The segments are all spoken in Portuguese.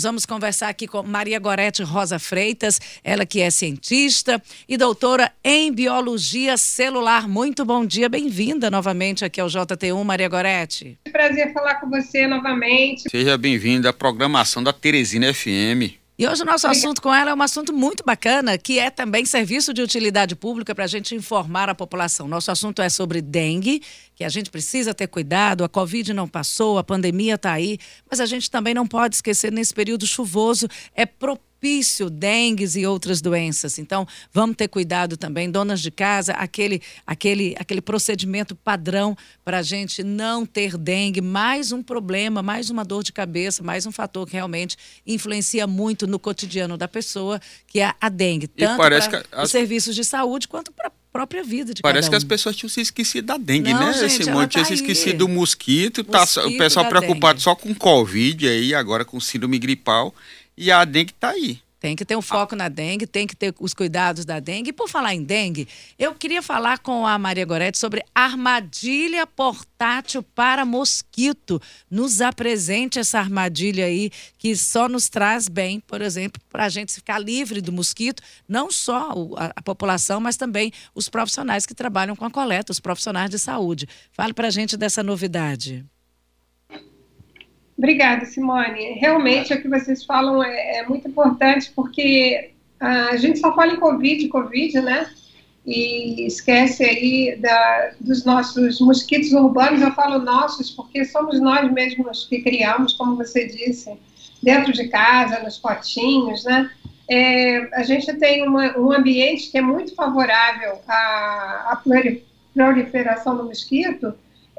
Nós vamos conversar aqui com Maria Gorete Rosa Freitas, ela que é cientista e doutora em biologia celular. Muito bom dia, bem-vinda novamente aqui ao JT1, Maria Gorete. Prazer falar com você novamente. Seja bem-vinda à programação da Teresina FM. E hoje o nosso assunto com ela é um assunto muito bacana, que é também serviço de utilidade pública para a gente informar a população. Nosso assunto é sobre dengue, que a gente precisa ter cuidado, a Covid não passou, a pandemia está aí, mas a gente também não pode esquecer, nesse período chuvoso, é propício dengues e outras doenças. Então, vamos ter cuidado também, donas de casa, aquele procedimento padrão para a gente não ter dengue. Mais um problema, mais uma dor de cabeça, mais um fator que realmente influencia muito no cotidiano da pessoa, que é a dengue. Tanto para os serviços de saúde quanto para a própria vida de cada um. Parece que as pessoas tinham se esquecido da dengue, não, né? Gente, Esse monte tinha se esquecido do mosquito. O pessoal preocupado dengue. Só com Covid aí, agora com síndrome gripal. E a dengue está aí. Tem que ter um foco na dengue, tem que ter os cuidados da dengue. E por falar em dengue, eu queria falar com a Maria Gorete sobre armadilha portátil para mosquito. Nos apresente essa armadilha aí, que só nos traz bem, por exemplo, para a gente ficar livre do mosquito, não só a população, mas também os profissionais que trabalham com a coleta, os profissionais de saúde. Fale para a gente dessa novidade. Obrigada, Simone. Realmente, o que vocês falam é muito importante, porque a gente só fala em Covid, né? E esquece aí dos nossos mosquitos urbanos. Eu falo nossos porque somos nós mesmos que criamos, como você disse, dentro de casa, nos potinhos, né? A gente tem um ambiente que é muito favorável à proliferação do mosquito,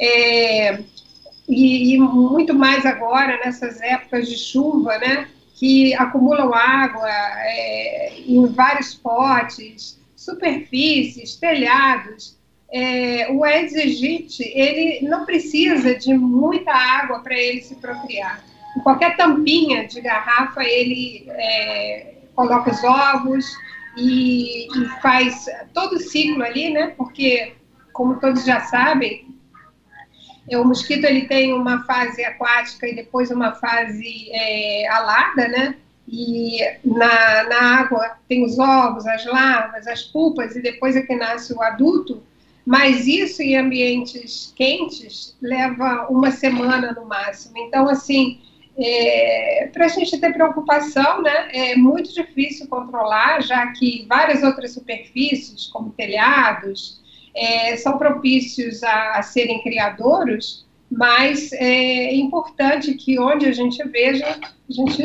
e muito mais agora, nessas épocas de chuva, né, que acumulam água em vários potes, superfícies, telhados. O Aedes aegypti, ele não precisa de muita água para ele se procriar. Em qualquer tampinha de garrafa, ele coloca os ovos e faz todo o ciclo ali, né, porque, como todos já sabem, o mosquito ele tem uma fase aquática e depois uma fase alada, né? E na água tem os ovos, as larvas, as pupas, e depois é que nasce o adulto. Mas isso em ambientes quentes leva uma semana no máximo. Então, assim, para a gente ter preocupação, né? É muito difícil controlar, já que várias outras superfícies, como telhados, são propícios a serem criadouros, mas é importante que onde a gente veja, a gente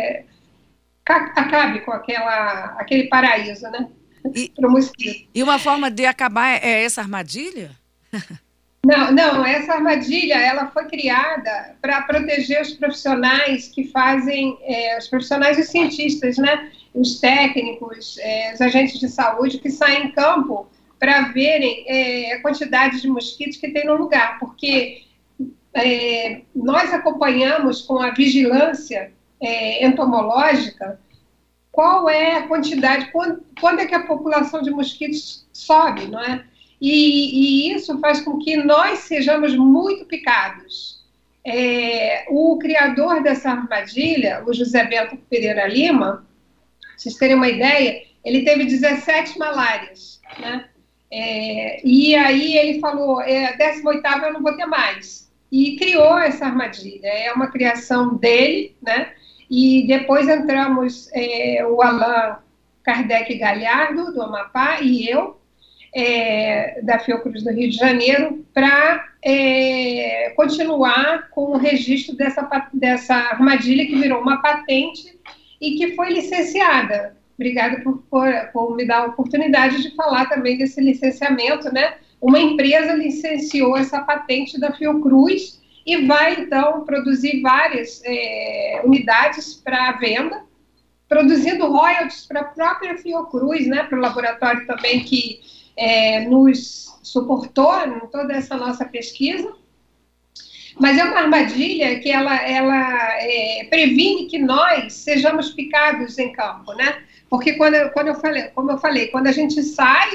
acabe com aquele paraíso, né? Para o mosquito. E uma forma de acabar é essa armadilha? Não, essa armadilha ela foi criada para proteger os profissionais que fazem, os profissionais e os cientistas, né? Os técnicos, os agentes de saúde que saem em campo para verem a quantidade de mosquitos que tem no lugar, porque nós acompanhamos com a vigilância entomológica qual é a quantidade, quando é que a população de mosquitos sobe, não é? E isso faz com que nós sejamos muito picados. O criador dessa armadilha, o José Bento Pereira Lima, pra vocês terem uma ideia, ele teve 17 malárias, né? E aí ele falou, 18ª eu não vou ter mais. E criou essa armadilha. É uma criação dele, né? E depois entramos o Allan Kardec Galhardo, do Amapá, e eu, da Fiocruz do Rio de Janeiro, para continuar com o registro dessa armadilha que virou uma patente e que foi licenciada. Obrigada por me dar a oportunidade de falar também desse licenciamento, né? Uma empresa licenciou essa patente da Fiocruz e vai, então, produzir várias unidades para venda, produzindo royalties para a própria Fiocruz, né? Para o laboratório também que nos suportou em toda essa nossa pesquisa. Mas é uma armadilha que ela previne que nós sejamos picados em campo, né? Porque como eu falei, quando a gente sai,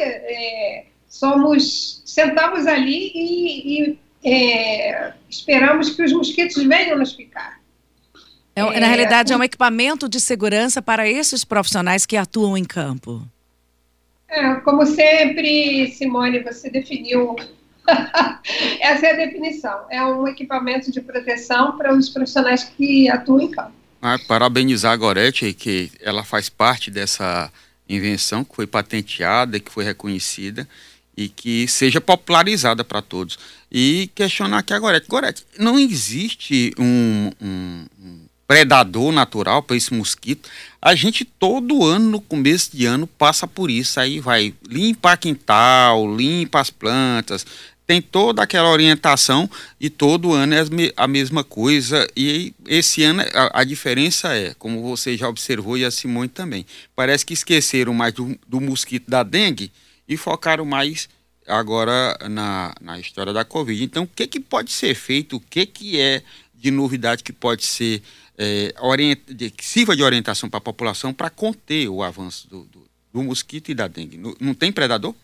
sentamos ali e esperamos que os mosquitos venham nos picar. Na realidade, é um equipamento de segurança para esses profissionais que atuam em campo. Como sempre, Simone, você definiu. Essa é a definição. É um equipamento de proteção para os profissionais que atuam em campo. Parabenizar a Gorete, que ela faz parte dessa invenção que foi patenteada, que foi reconhecida e que seja popularizada para todos. E questionar aqui a Gorete. Gorete, não existe um predador natural para esse mosquito? A gente todo ano, no começo de ano, passa por isso. Aí vai limpar quintal, limpa as plantas, tem toda aquela orientação e todo ano é a mesma coisa. E esse ano a diferença é, como você já observou e a Simone também, parece que esqueceram mais do mosquito da dengue e focaram mais agora na história da Covid. Então, o que pode ser feito? O que é de novidade que pode ser que sirva de orientação para a população para conter o avanço do mosquito e da dengue? Não tem predador?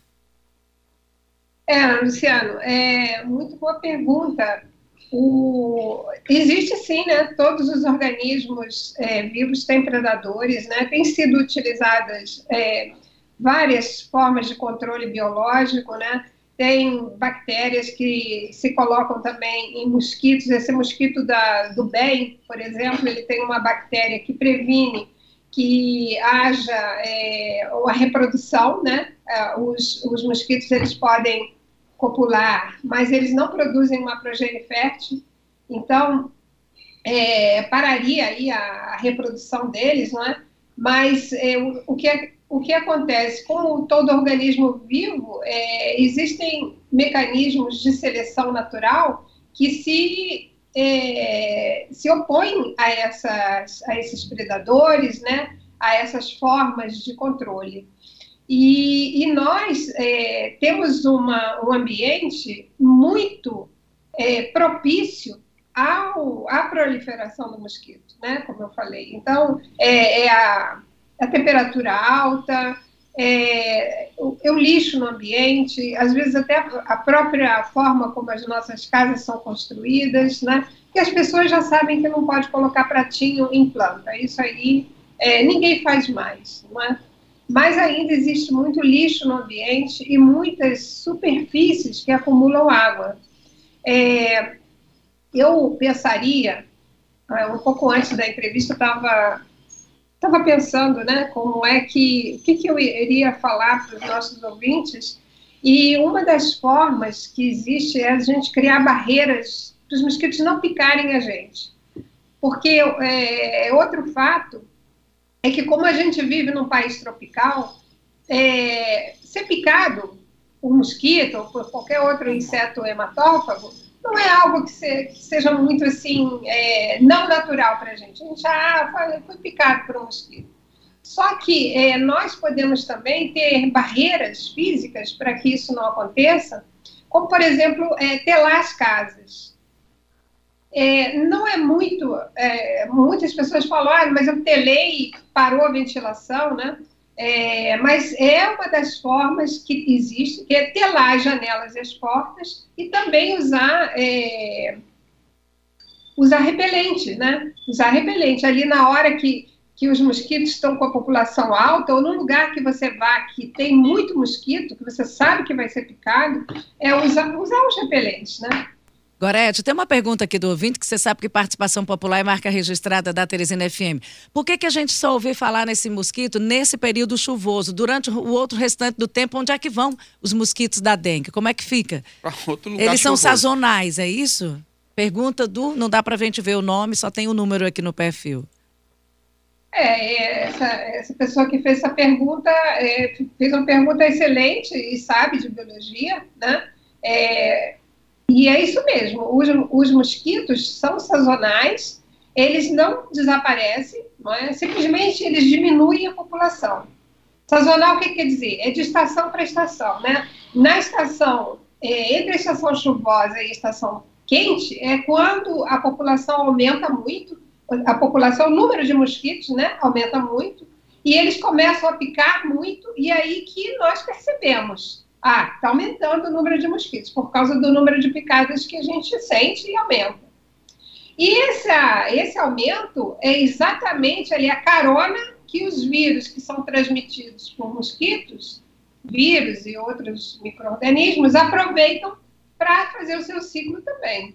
Luciano, muito boa pergunta. Existe sim, né? Todos os organismos vivos têm predadores, né? Tem sido utilizadas várias formas de controle biológico, né? Tem bactérias que se colocam também em mosquitos. Esse mosquito do bem, por exemplo, ele tem uma bactéria que previne que haja a reprodução, né? Os mosquitos, eles podem copular, mas eles não produzem uma progenie fértil, então pararia aí a reprodução deles, não é? Mas o que acontece? Como todo organismo vivo, existem mecanismos de seleção natural que se opõem a esses predadores, né? A essas formas de controle. E nós temos um ambiente muito propício à proliferação do mosquito, né? Como eu falei. Então, a temperatura alta, o lixo no ambiente, às vezes até a própria forma como as nossas casas são construídas, né? Que as pessoas já sabem que não pode colocar pratinho em planta. Isso aí ninguém faz mais, não é? Mas ainda existe muito lixo no ambiente e muitas superfícies que acumulam água. Eu pensaria, um pouco antes da entrevista, estava pensando, né, como o que eu iria falar para os nossos ouvintes, e uma das formas que existe é a gente criar barreiras para os mosquitos não picarem a gente. Porque outro fato é que, como a gente vive num país tropical, ser picado por mosquito ou por qualquer outro inseto hematófago não é algo que seja muito assim, não natural para a gente. A gente foi picado por um mosquito. Só que nós podemos também ter barreiras físicas para que isso não aconteça, como, por exemplo, telar as casas. Não é muito, muitas pessoas falam, mas eu telei e parou a ventilação, né? Mas é uma das formas que existe, que é telar as janelas e as portas e também usar repelente, né? Usar repelente ali na hora que os mosquitos estão com a população alta, ou num lugar que você vá que tem muito mosquito, que você sabe que vai ser picado, usar os repelentes, né? Gorete, tem uma pergunta aqui do ouvinte, que você sabe que participação popular é marca registrada da Teresina FM. Por que a gente só ouve falar nesse mosquito nesse período chuvoso? Durante o outro restante do tempo, onde é que vão os mosquitos da dengue? Como é que fica? Outro lugar Eles são chuvoso. sazonais, é isso? Pergunta não dá pra gente ver o nome, só tem o número aqui no perfil. Essa pessoa que fez essa pergunta fez uma pergunta excelente e sabe de biologia, né? E é isso mesmo, os mosquitos são sazonais, eles não desaparecem, não é? Simplesmente eles diminuem a população. Sazonal, o que quer dizer? É de estação para estação, né? Na estação, entre a estação chuvosa e a estação quente, é quando a população aumenta muito, o número de mosquitos, né, aumenta muito, e eles começam a picar muito, e aí que nós percebemos. Está aumentando o número de mosquitos, por causa do número de picadas que a gente sente e aumenta. E esse aumento é exatamente ali a carona que os vírus que são transmitidos por mosquitos, vírus e outros micro-organismos, aproveitam para fazer o seu ciclo também.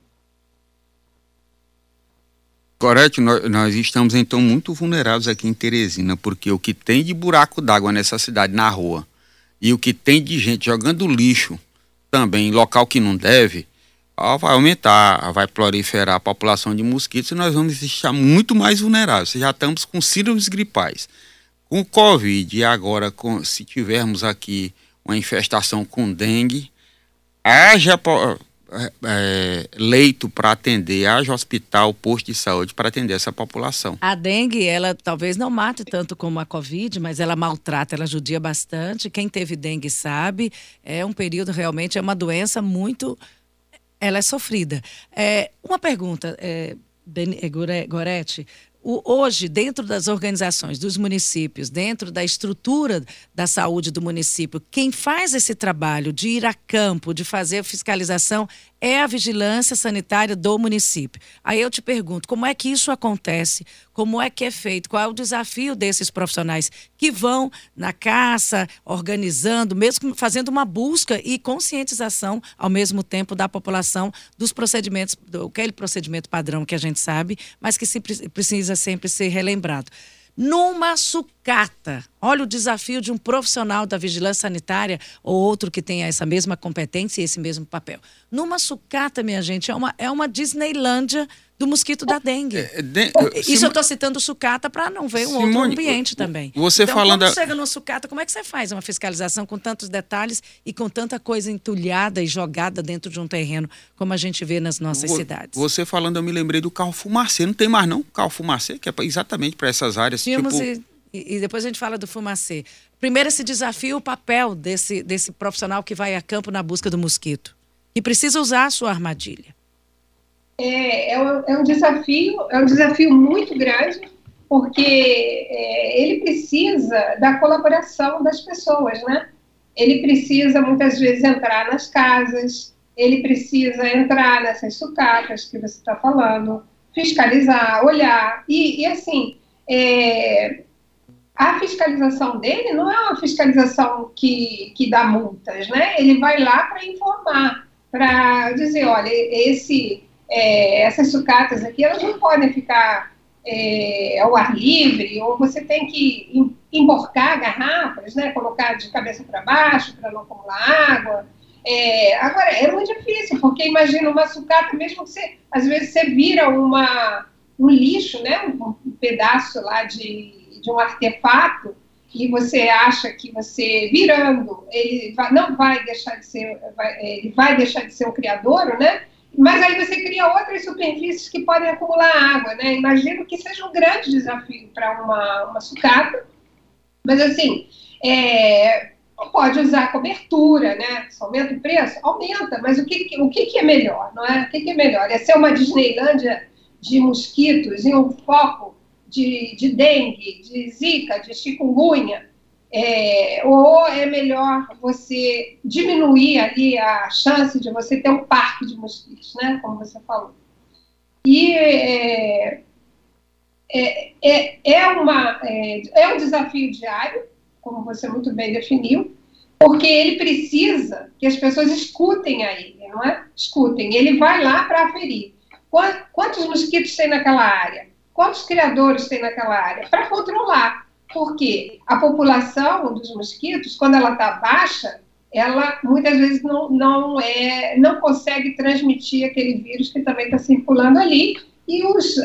Gorete, nós estamos então muito vulneráveis aqui em Teresina, porque o que tem de buraco d'água nessa cidade, na rua, e o que tem de gente jogando lixo também em local que não deve, vai aumentar, vai proliferar a população de mosquitos e nós vamos estar muito mais vulneráveis. Já estamos com síndromes gripais, com Covid, e agora se tivermos aqui uma infestação com dengue, haja leito para atender, haja hospital, posto de saúde para atender essa população. A dengue, ela talvez não mate tanto como a Covid, mas ela maltrata, ela judia bastante. Quem teve dengue sabe, é um período realmente, é uma doença muito... Ela é sofrida. Uma pergunta, Gorete. Hoje, dentro das organizações, dos municípios, dentro da estrutura da saúde do município, quem faz esse trabalho de ir a campo, de fazer a fiscalização, é a vigilância sanitária do município. Aí eu te pergunto, como é que isso acontece? Como é que é feito? Qual é o desafio desses profissionais que vão na caça, organizando, mesmo fazendo uma busca e conscientização ao mesmo tempo da população dos procedimentos, aquele procedimento padrão que a gente sabe, mas que precisa sempre ser relembrado. Numa sucata, olha o desafio de um profissional da vigilância sanitária ou outro que tenha essa mesma competência e esse mesmo papel. Numa sucata, minha gente, é uma Disneylândia do mosquito da dengue. Isso eu estou citando sucata para não ver um outro ambiente também. Você então, falando quando chega numa sucata, como é que você faz uma fiscalização com tantos detalhes e com tanta coisa entulhada e jogada dentro de um terreno, como a gente vê nas nossas cidades? Você falando, eu me lembrei do carro fumacê. Não tem mais não, carro fumacê, que é exatamente para essas áreas. Tínhamos e depois a gente fala do fumacê. Primeiro, esse desafio, o papel desse profissional que vai a campo na busca do mosquito. E precisa usar a sua armadilha. É um desafio muito grande, porque ele precisa da colaboração das pessoas, né? Ele precisa, muitas vezes, entrar nas casas, ele precisa entrar nessas sucatas que você está falando, fiscalizar, olhar, e assim, a fiscalização dele não é uma fiscalização que dá multas, né? Ele vai lá para informar, para dizer, olha, essas sucatas aqui, elas não podem ficar ao ar livre, ou você tem que emborcar garrafas, né? Colocar de cabeça para baixo, para não acumular água. Agora, é muito difícil, porque imagina uma sucata, mesmo que às vezes você vira um lixo, né? Um pedaço lá de um artefato, e você acha que você virando, ele vai deixar de ser um criadouro, né? Mas aí você cria outras superfícies que podem acumular água, né? Imagino que seja um grande desafio para uma sucata, mas assim, pode usar cobertura, né? Se aumenta o preço, aumenta, mas o que é melhor, não é? O que é melhor? É ser uma Disneylândia de mosquitos e um foco de dengue, de zika, de chikungunya, ou é melhor você diminuir ali a chance de você ter um parque de mosquitos, né? Como você falou. E é um desafio diário, como você muito bem definiu, porque ele precisa que as pessoas escutem a ele, não é? Escutem. Ele vai lá para aferir. Quantos mosquitos tem naquela área? Quantos criadores tem naquela área? Para controlar. Porque a população dos mosquitos, quando ela está baixa, ela muitas vezes não consegue transmitir aquele vírus que também está circulando ali. E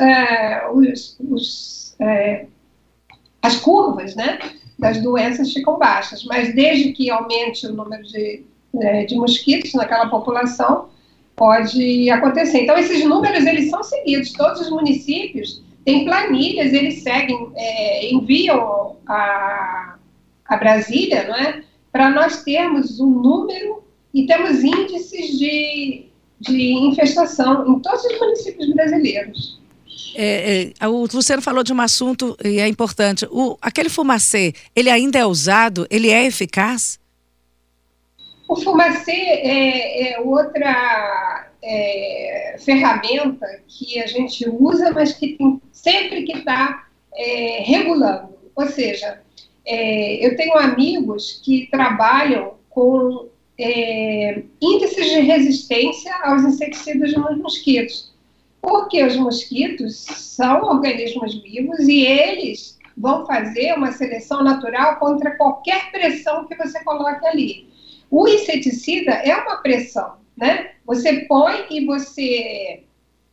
as curvas, né, das doenças ficam baixas. Mas desde que aumente o número de mosquitos naquela população, pode acontecer. Então, esses números, eles são seguidos. Todos os municípios têm planilhas, eles seguem, enviam a Brasília, não é? Para nós termos um número e temos índices de infestação em todos os municípios brasileiros. O Luciano falou de um assunto e é importante. Aquele fumacê, ele ainda é usado? Ele é eficaz? O fumacê é ferramenta que a gente usa, mas que tem sempre que estar regulando. Ou seja, eu tenho amigos que trabalham com índices de resistência aos inseticidas nos mosquitos, porque os mosquitos são organismos vivos e eles vão fazer uma seleção natural contra qualquer pressão que você coloque ali. O inseticida é uma pressão, né? Você põe e você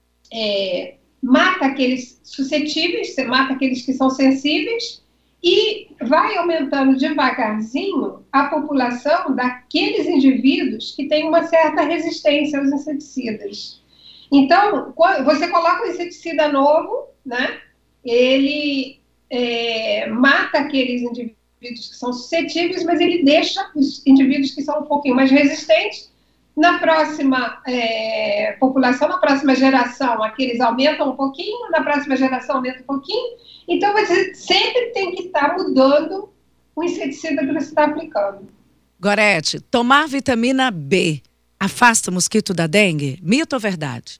mata aqueles suscetíveis, você mata aqueles que são sensíveis e vai aumentando devagarzinho a população daqueles indivíduos que têm uma certa resistência aos inseticidas. Então, quando você coloca um inseticida novo, né? Ele mata aqueles indivíduos que são suscetíveis, mas ele deixa os indivíduos que são um pouquinho mais resistentes. Na próxima população, na próxima geração, aqueles aumentam um pouquinho, na próxima geração aumenta um pouquinho. Então, você sempre tem que estar mudando o inseticida que você está aplicando. Gorete, tomar vitamina B afasta o mosquito da dengue? Mito ou verdade?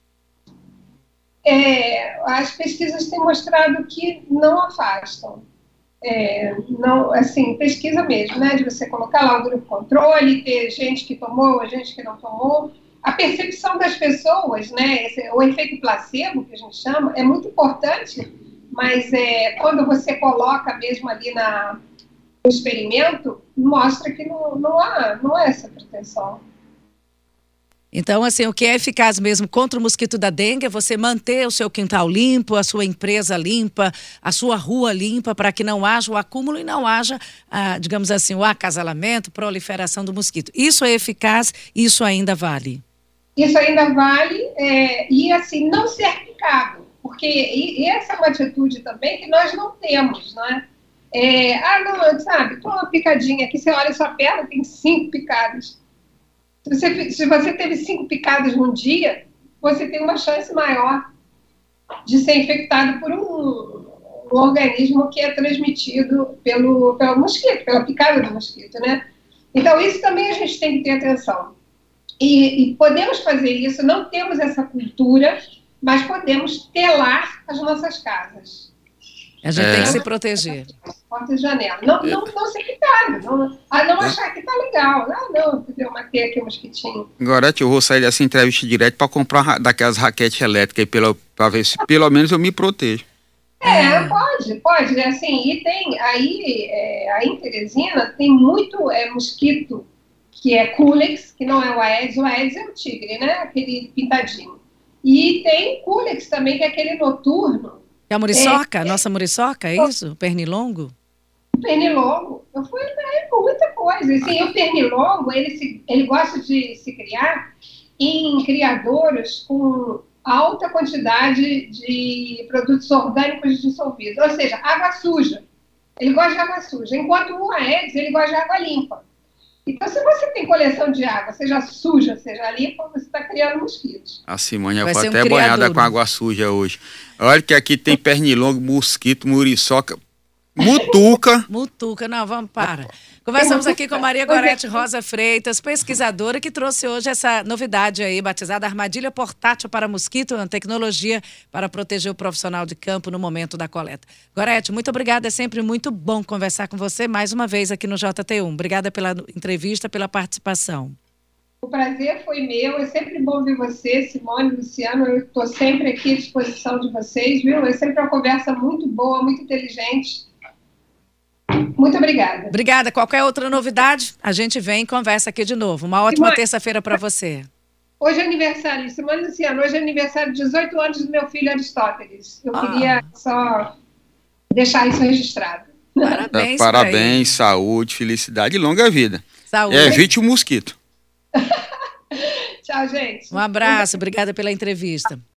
As pesquisas têm mostrado que não afastam. Não, assim, pesquisa mesmo, né? De você colocar lá o grupo controle, ter gente que tomou, gente que não tomou. A percepção das pessoas, né? O efeito placebo, que a gente chama, é muito importante, mas quando você coloca mesmo ali no experimento, mostra que não há essa proteção. Então, assim, o que é eficaz mesmo contra o mosquito da dengue é você manter o seu quintal limpo, a sua empresa limpa, a sua rua limpa, para que não haja o acúmulo e não haja, digamos assim, o acasalamento, proliferação do mosquito. Isso é eficaz, isso ainda vale. Isso ainda vale, e assim, não ser picado, porque essa é uma atitude também que nós não temos, né? Não, sabe, tô uma picadinha aqui, você olha a sua perna, tem 5 picadas. Se você teve 5 picadas num dia, você tem uma chance maior de ser infectado por um organismo que é transmitido pelo mosquito, pela picada do mosquito, né? Então, isso também a gente tem que ter atenção. E podemos fazer isso, não temos essa cultura, mas podemos telar as nossas casas. A gente tem que se proteger. Porta e janela. Não ser picado. Não achar que tá legal. Eu matei aqui um mosquitinho. Gorete, eu vou sair dessa entrevista direto para comprar daquelas raquetes elétricas para ver se pelo menos eu me protejo. Pode. Assim, e tem aí em Teresina tem muito mosquito que é Culex, que não é o Aedes é o tigre, né? Aquele pintadinho. E tem Culex também, que é aquele noturno. É a muriçoca? Nossa muriçoca, é isso? O pernilongo? O pernilongo. Eu fui muita coisa. Assim, o pernilongo, ele gosta de se criar em criadouros com alta quantidade de produtos orgânicos dissolvidos. Ou seja, água suja. Ele gosta de água suja. Enquanto o Aedes, ele gosta de água limpa. Então, se você tem coleção de água, seja suja, seja limpa, você está criando mosquitos. A Simone foi até banhada com água suja hoje. Olha que aqui tem pernilongo, mosquito, muriçoca, mutuca. Mutuca, não, vamos para. Conversamos aqui com Maria Gorete Rosa Freitas, pesquisadora, que trouxe hoje essa novidade aí, batizada Armadilha Portátil para Mosquito, uma tecnologia para proteger o profissional de campo no momento da coleta. Gorete, muito obrigada, é sempre muito bom conversar com você mais uma vez aqui no JT1. Obrigada pela entrevista, pela participação. O prazer foi meu, é sempre bom ver você, Simone, Luciano, eu estou sempre aqui à disposição de vocês, viu? É sempre uma conversa muito boa, muito inteligente. Muito obrigada. Obrigada. Qualquer outra novidade, a gente vem e conversa aqui de novo. Uma ótima terça-feira para você. Hoje é aniversário, Simone Luciano, hoje é aniversário de 18 anos do meu filho Aristóteles. Eu queria só deixar isso registrado. Parabéns, saúde, felicidade e longa vida. Saúde. Evite o mosquito. Tchau, gente. Um abraço, obrigada pela entrevista.